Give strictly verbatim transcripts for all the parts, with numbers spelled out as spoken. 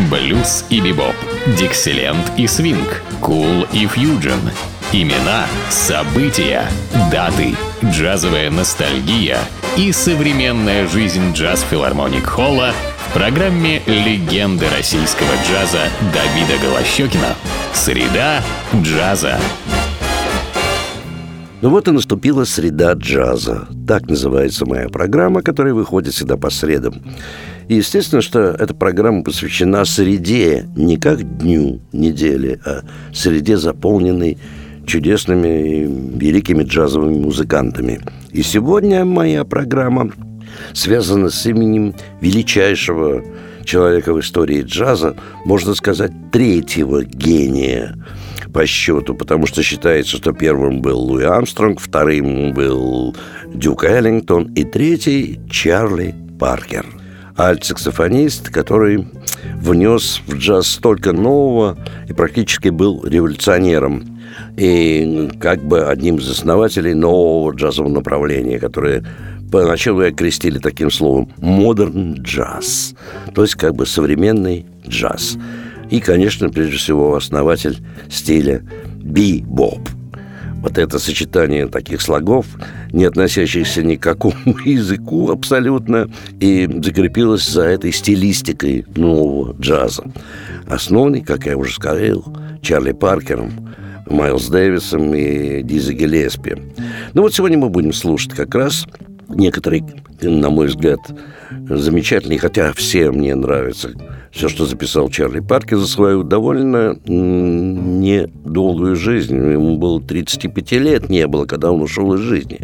блюз и бибоп, диксиленд и свинг, кул и фьюджен. Имена, события, даты, джазовая ностальгия и современная жизнь джаз-филармоник Холла в программе «Легенды российского джаза» Давида Голощёкина. Среда джаза. Ну вот и наступила среда джаза. Так называется моя программа, которая выходит всегда по средам. И естественно, что эта программа посвящена среде, не как дню недели, а среде, заполненной чудесными и великими джазовыми музыкантами. И сегодня моя программа связана с именем величайшего человека в истории джаза, можно сказать, третьего гения по счету, потому что считается, что первым был Луи Армстронг, вторым был Дюк Эллингтон и третий Чарли Паркер. Альт-саксофонист, который внес в джаз столько нового и практически был революционером. И как бы одним из основателей нового джазового направления, которое поначалу окрестили таким словом «модерн джаз», то есть как бы современный джаз. И, конечно, прежде всего, основатель стиля бибоп. Вот это сочетание таких слогов, не относящихся ни к какому языку абсолютно, и закрепилось за этой стилистикой нового джаза. Основанный, как я уже сказал, Чарли Паркером, Майлз Дэвисом и Дизи Гиллеспи. Ну вот сегодня мы будем слушать как раз некоторые, на мой взгляд, замечательные, хотя все мне нравятся, все, что записал Чарли Паркер за свою довольно недолгую жизнь. Ему было тридцать пять лет не было, когда он ушел из жизни.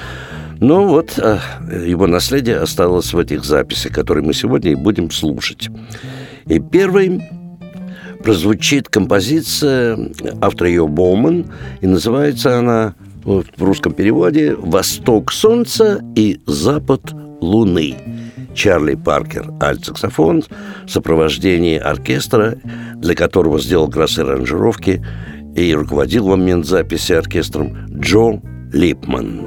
Но вот его наследие осталось в этих записях, которые мы сегодня и будем слушать. И первый прозвучит композиция, автор ее Боуман, и называется она в русском переводе «Восток солнца и запад луны». Чарли Паркер, альт-саксофон, в сопровождении оркестра, для которого сделал как раз аранжировки и руководил в момент записи оркестром Джо Липман.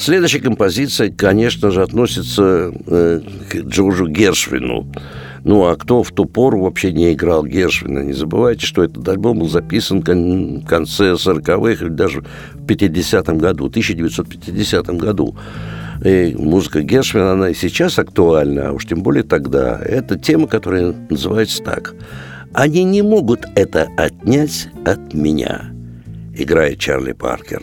Следующая композиция, конечно же, относится э, к Джорджу Гершвину. Ну, а кто в ту пору вообще не играл Гершвина? Не забывайте, что этот альбом был записан в конце сороковых или даже в пятидесятом году, тысяча девятьсот пятидесятом году. И музыка Гершвина, она и сейчас актуальна, а уж тем более тогда. Это тема, которая называется так: «Они не могут это отнять от меня», играет Чарли Паркер.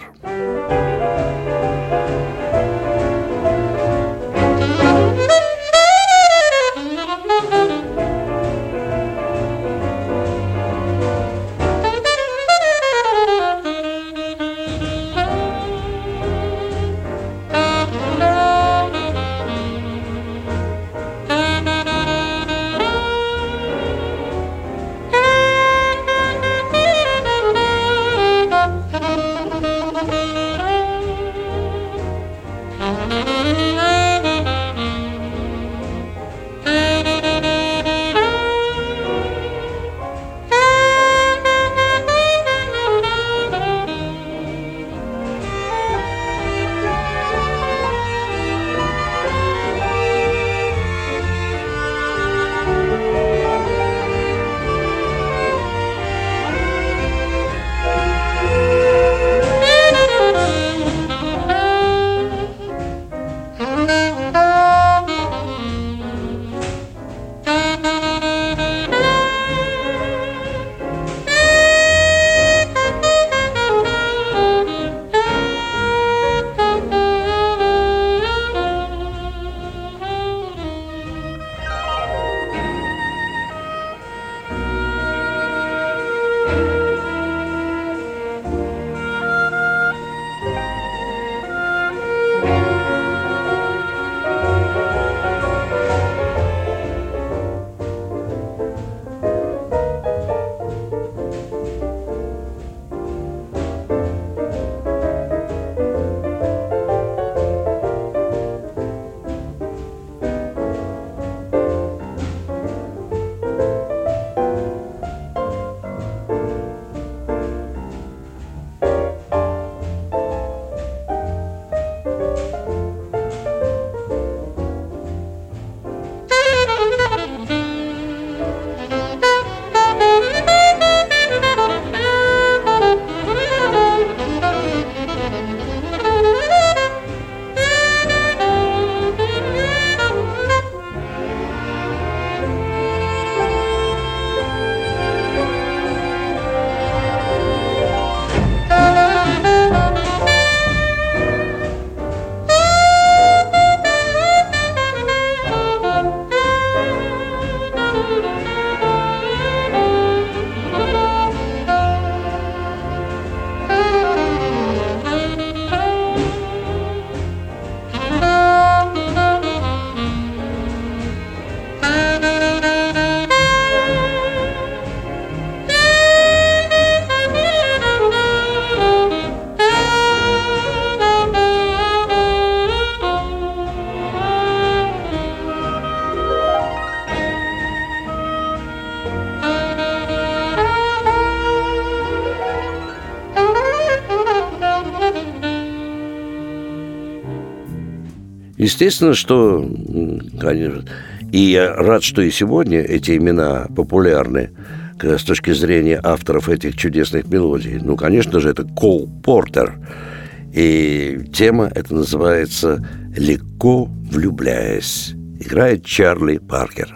Естественно, что, конечно, и я рад, что и сегодня эти имена популярны с точки зрения авторов этих чудесных мелодий. Ну, конечно же, это Кол Портер. И тема эта называется «Легко влюбляясь». Играет Чарли Паркер.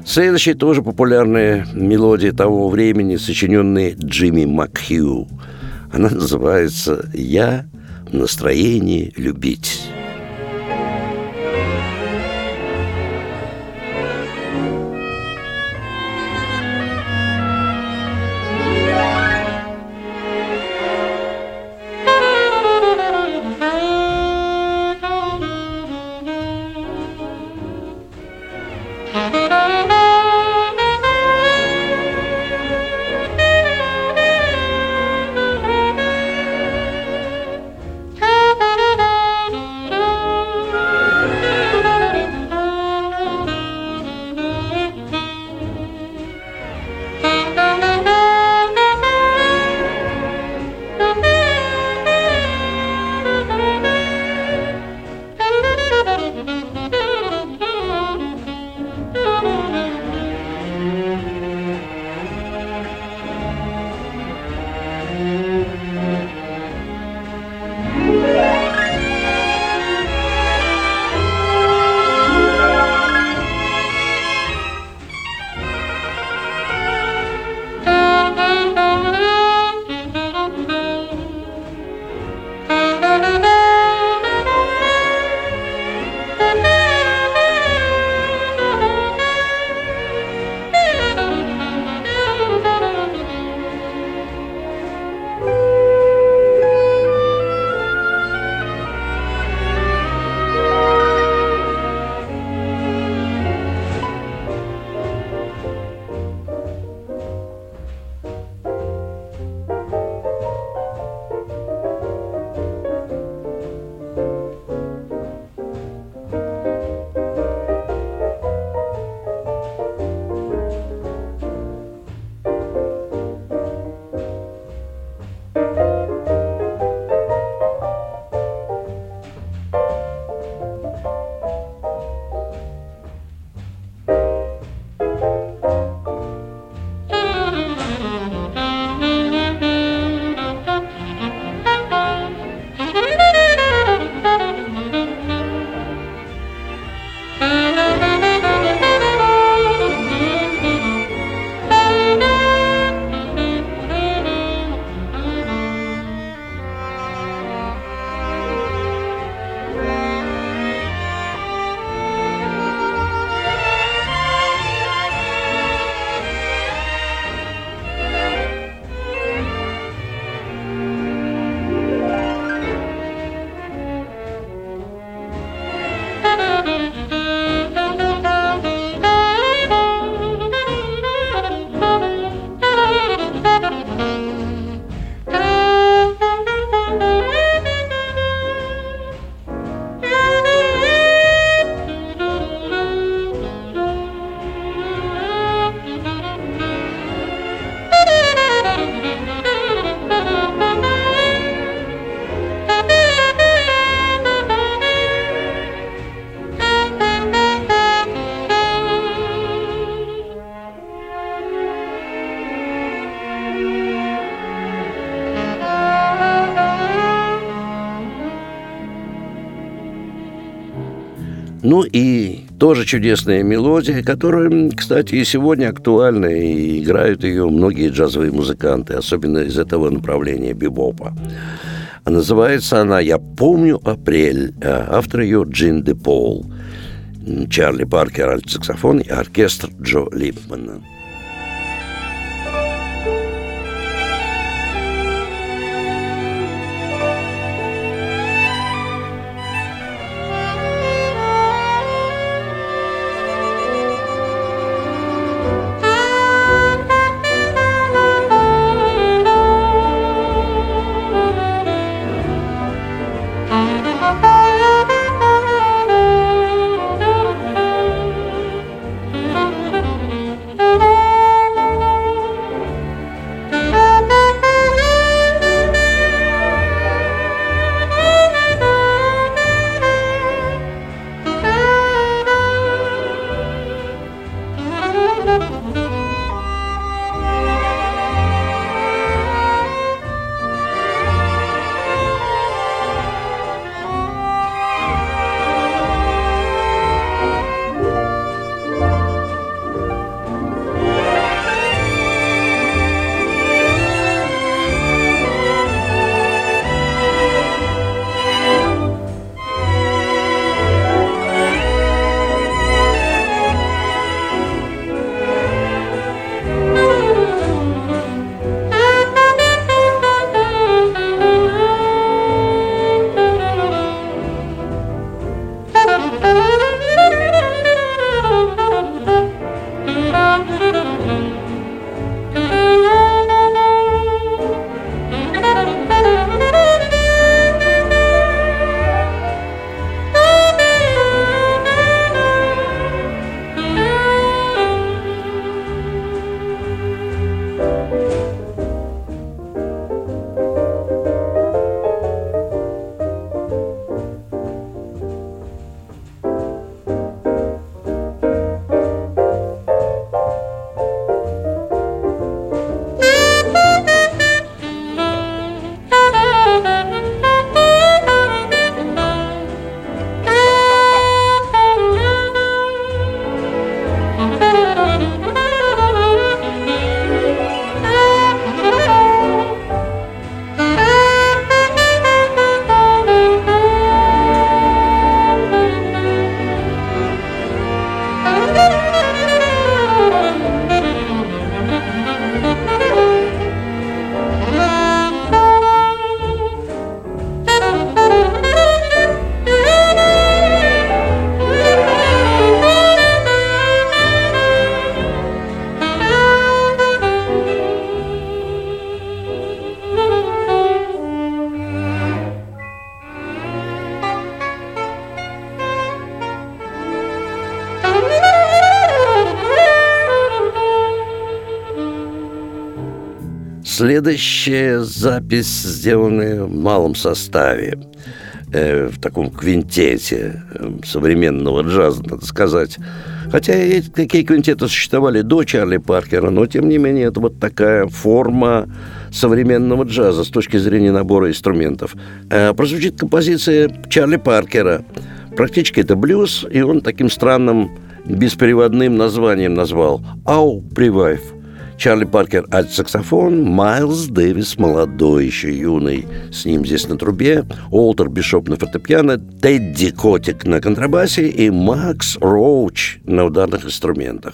Следующая тоже популярная мелодия того времени, сочиненная Джимми Макхью. Она называется «Я в настроении любить». Ну и тоже чудесная мелодия, которая, кстати, и сегодня актуальна, и играют ее многие джазовые музыканты, особенно из этого направления бибопа. А называется она «Я помню апрель», а автор ее Джин де Пол, Чарли Паркер, альт-саксофон и оркестр Джо Липмана. Thank you. Следующая запись, сделанная в малом составе, э, в таком квинтете э, современного джаза, надо сказать. Хотя и такие квинтеты существовали до Чарли Паркера, но, тем не менее, это вот такая форма современного джаза с точки зрения набора инструментов. Э, прозвучит композиция Чарли Паркера. Практически это блюз, и он таким странным беспереводным названием назвал «Ау, привайв». Чарли Паркер альт-саксофон, Майлз Дэвис молодой, еще юный, с ним здесь на трубе, Уолтер Бишоп на фортепиано, Тедди Котик на контрабасе и Макс Роуч на ударных инструментах.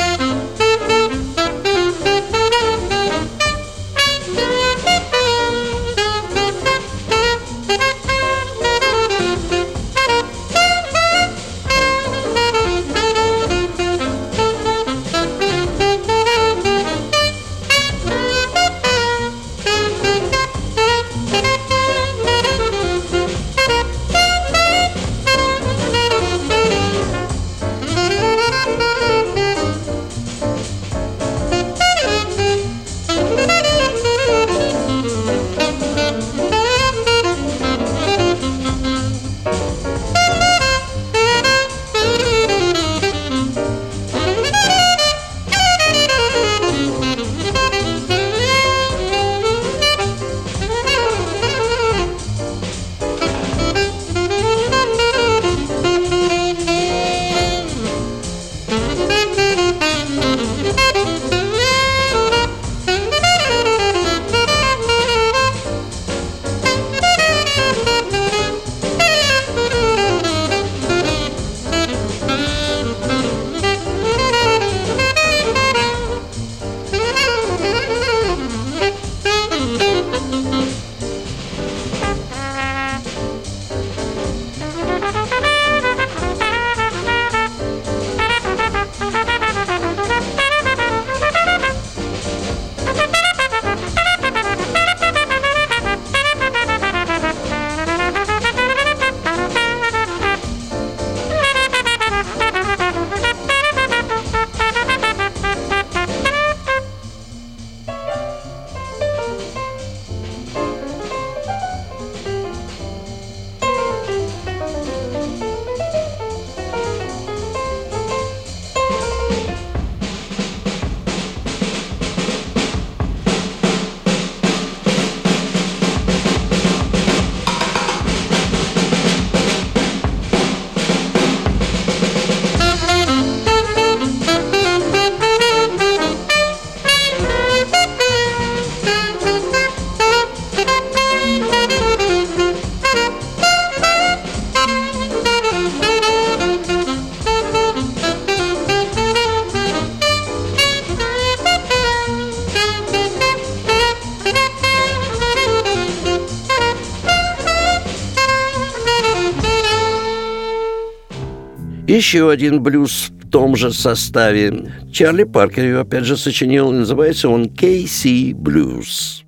Еще один блюз в том же составе. Чарли Паркер его опять же сочинил, и называется он «кей си Blues».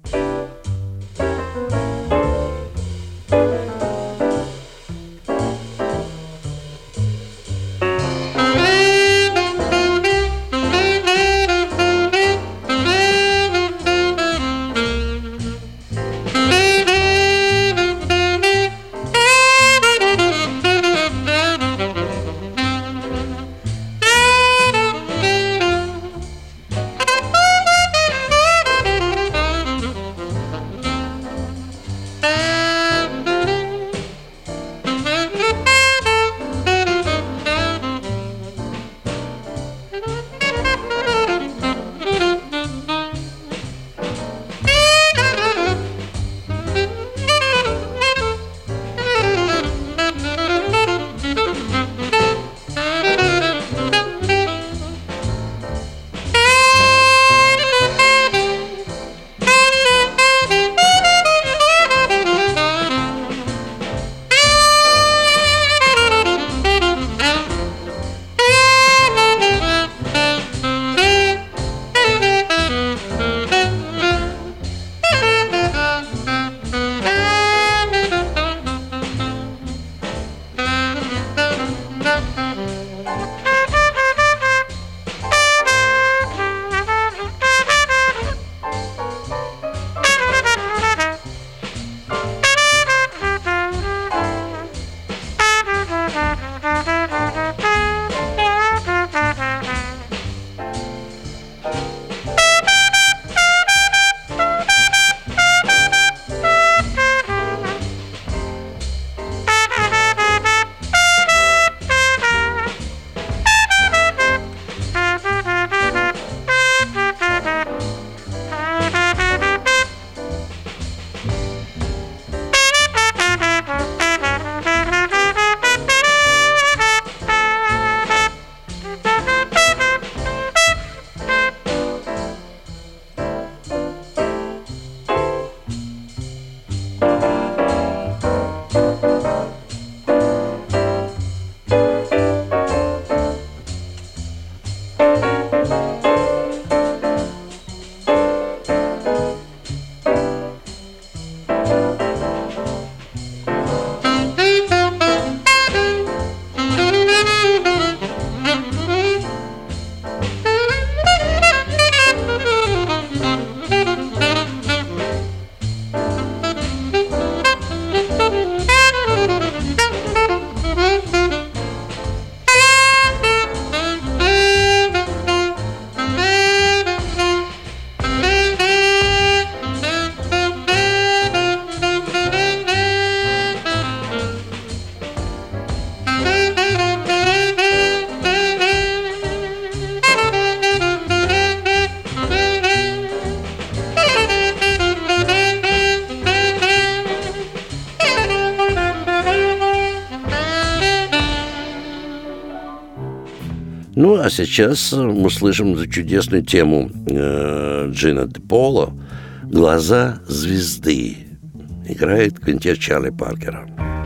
Ну, а сейчас мы слышим эту чудесную тему э, Джина де Поло «Глаза звезды». Играет квинтет Чарли Паркера.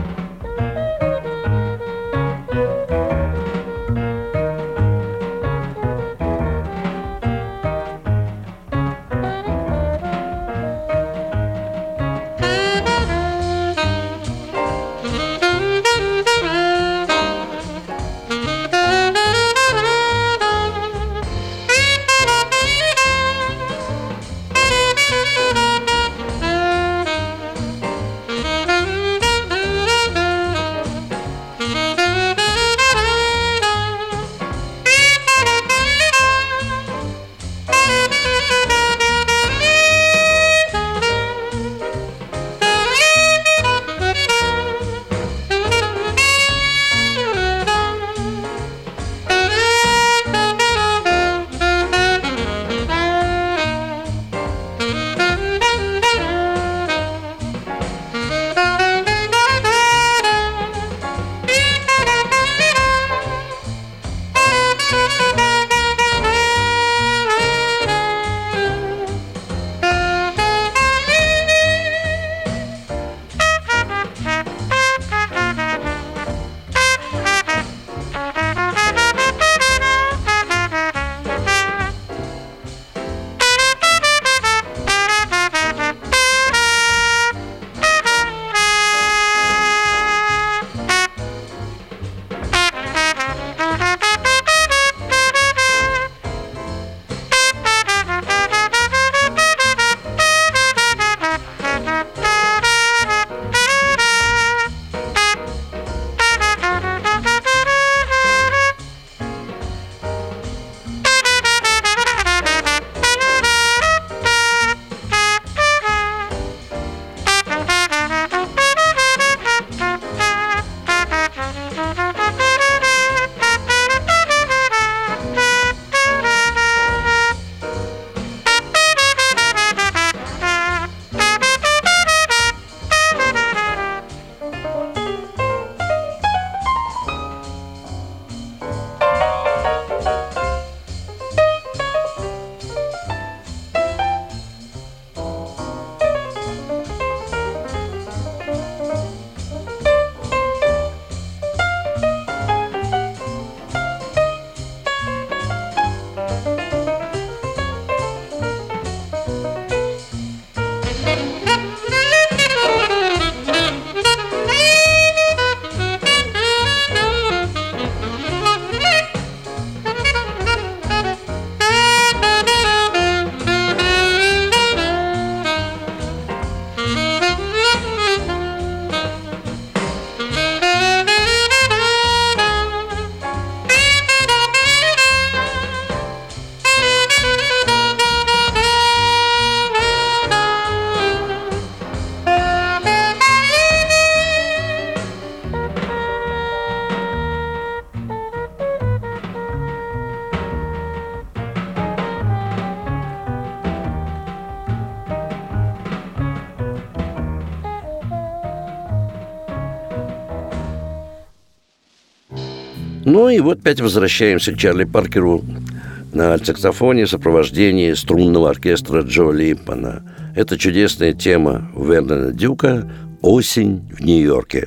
Ну и вот опять возвращаемся к Чарли Паркеру на альтсаксофоне в сопровождении струнного оркестра Джо Липмана. Это чудесная тема Вернона Дюка «Осень в Нью-Йорке».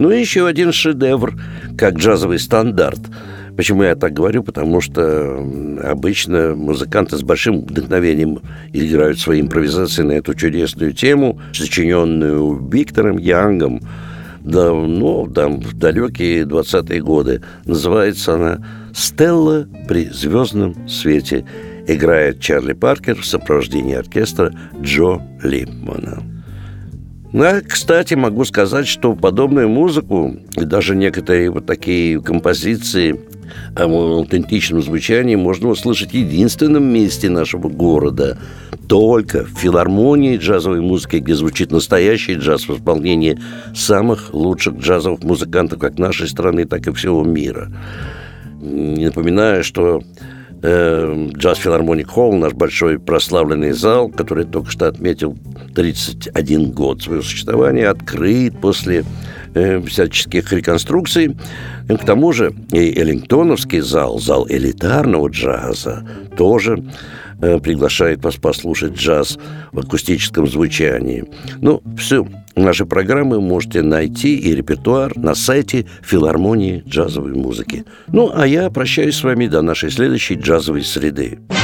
Ну и еще один шедевр, как джазовый стандарт. Почему я так говорю? Потому что обычно музыканты с большим вдохновением играют свои импровизации на эту чудесную тему, сочиненную Виктором Янгом, да, ну, там, в далекие двадцатые годы. Называется она «Стелла при звездном свете». Играет Чарли Паркер в сопровождении оркестра Джо Липмана. Ну, а, кстати, могу сказать, что подобную музыку и даже некоторые вот такие композиции о аутентичном звучании можно услышать в единственном месте нашего города. Только в филармонии джазовой музыки, где звучит настоящий джаз в исполнении самых лучших джазовых музыкантов как нашей страны, так и всего мира. Напоминаю, что Джаз Филармоник Холл, наш большой прославленный зал, который только что отметил тридцать один год своего существования, открыт после э, всяческих реконструкций. И к тому же и Эллингтоновский зал, зал элитарного джаза, тоже э, приглашает вас послушать джаз в акустическом звучании. Ну, всю наши программы можете найти и репертуар на сайте Филармонии джазовой музыки. Ну, а я прощаюсь с вами до нашей следующей джазовой среды.